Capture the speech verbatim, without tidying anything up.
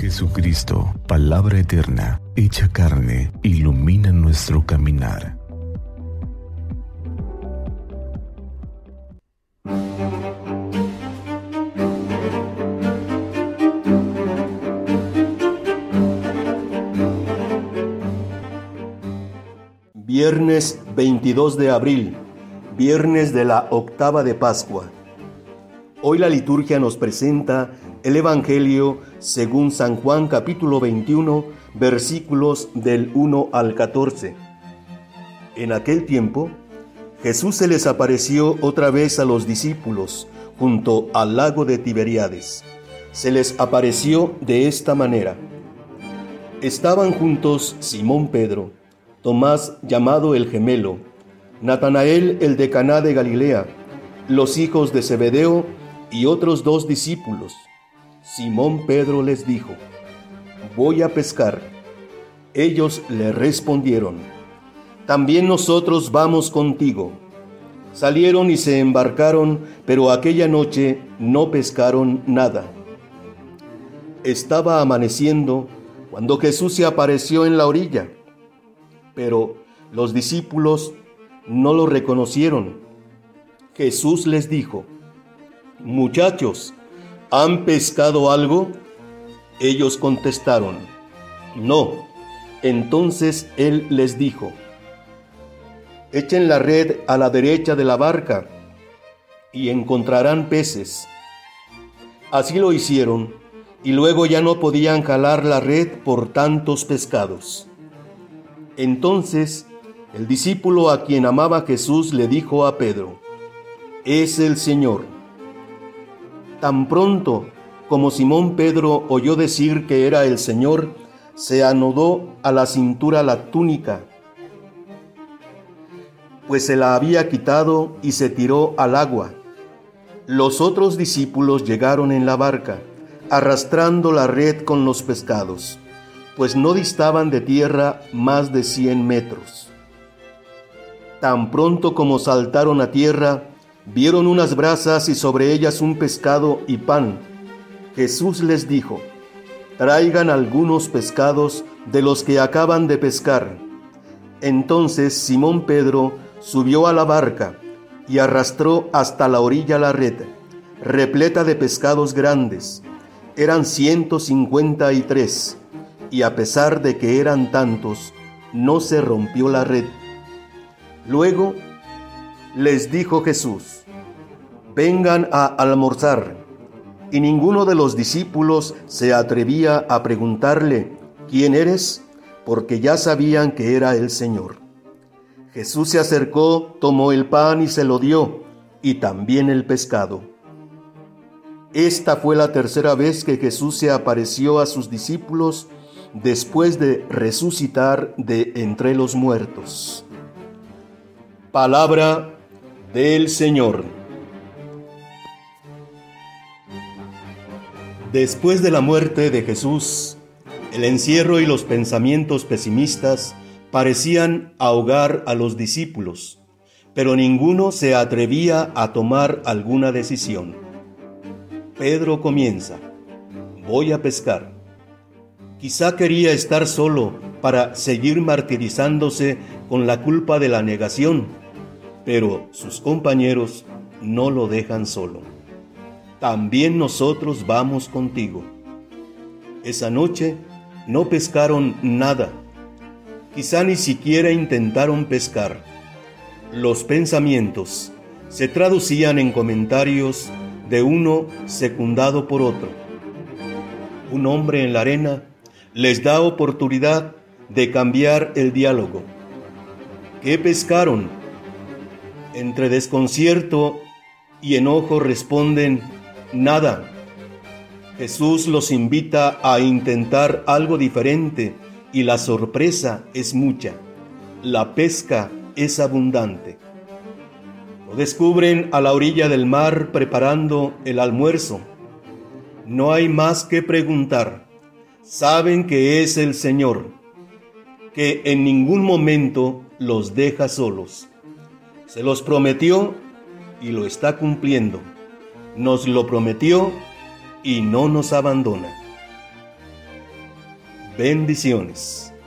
Jesucristo, palabra eterna, hecha carne, ilumina nuestro caminar. Viernes veintidós de abril, viernes de la octava de Pascua. Hoy la liturgia nos presenta el Evangelio según San Juan capítulo veintiuno, versículos del uno al catorce. En aquel tiempo, Jesús se les apareció otra vez a los discípulos junto al lago de Tiberíades. Se les apareció de esta manera. Estaban juntos Simón Pedro, Tomás llamado el Gemelo, Natanael el de Caná de Galilea, los hijos de Zebedeo y otros dos discípulos. Simón Pedro les dijo: «Voy a pescar». Ellos le respondieron: «También nosotros vamos contigo». Salieron y se embarcaron, pero aquella noche no pescaron nada. Estaba amaneciendo cuando Jesús se apareció en la orilla, pero los discípulos no lo reconocieron. Jesús les dijo: «Muchachos, ¿han pescado algo?». Ellos contestaron: «No». Entonces él les dijo: «Echen la red a la derecha de la barca y encontrarán peces». Así lo hicieron, y luego ya no podían jalar la red por tantos pescados. Entonces el discípulo a quien amaba Jesús le dijo a Pedro: «Es el Señor». Tan pronto como Simón Pedro oyó decir que era el Señor, se anudó a la cintura la túnica, pues se la había quitado, y se tiró al agua. Los otros discípulos llegaron en la barca, arrastrando la red con los pescados, pues no distaban de tierra más de cien metros. Tan pronto como saltaron a tierra, vieron unas brasas y sobre ellas un pescado y pan. Jesús les dijo: «Traigan algunos pescados de los que acaban de pescar». Entonces Simón Pedro subió a la barca y arrastró hasta la orilla la red, repleta de pescados grandes. Eran ciento cincuenta y tres, y a pesar de que eran tantos, no se rompió la red. Luego les dijo Jesús: «Vengan a almorzar». Y ninguno de los discípulos se atrevía a preguntarle: «¿Quién eres?», porque ya sabían que era el Señor. Jesús se acercó, tomó el pan y se lo dio, y también el pescado. Esta fue la tercera vez que Jesús se apareció a sus discípulos después de resucitar de entre los muertos. Palabra del Señor. Después de la muerte de Jesús, el encierro y los pensamientos pesimistas parecían ahogar a los discípulos, pero ninguno se atrevía a tomar alguna decisión. Pedro comienza: «Voy a pescar». Quizá quería estar solo para seguir martirizándose con la culpa de la negación, pero sus compañeros no lo dejan solo. «También nosotros vamos contigo». Esa noche no pescaron nada. Quizá ni siquiera intentaron pescar. Los pensamientos se traducían en comentarios de uno secundado por otro. Un hombre en la arena les da oportunidad de cambiar el diálogo. ¿Qué pescaron? Entre desconcierto y enojo responden: «Nada». Jesús los invita a intentar algo diferente y la sorpresa es mucha. La pesca es abundante. Lo descubren a la orilla del mar preparando el almuerzo. No hay más que preguntar. Saben que es el Señor, que en ningún momento los deja solos. Se los prometió y lo está cumpliendo. Nos lo prometió y no nos abandona. Bendiciones.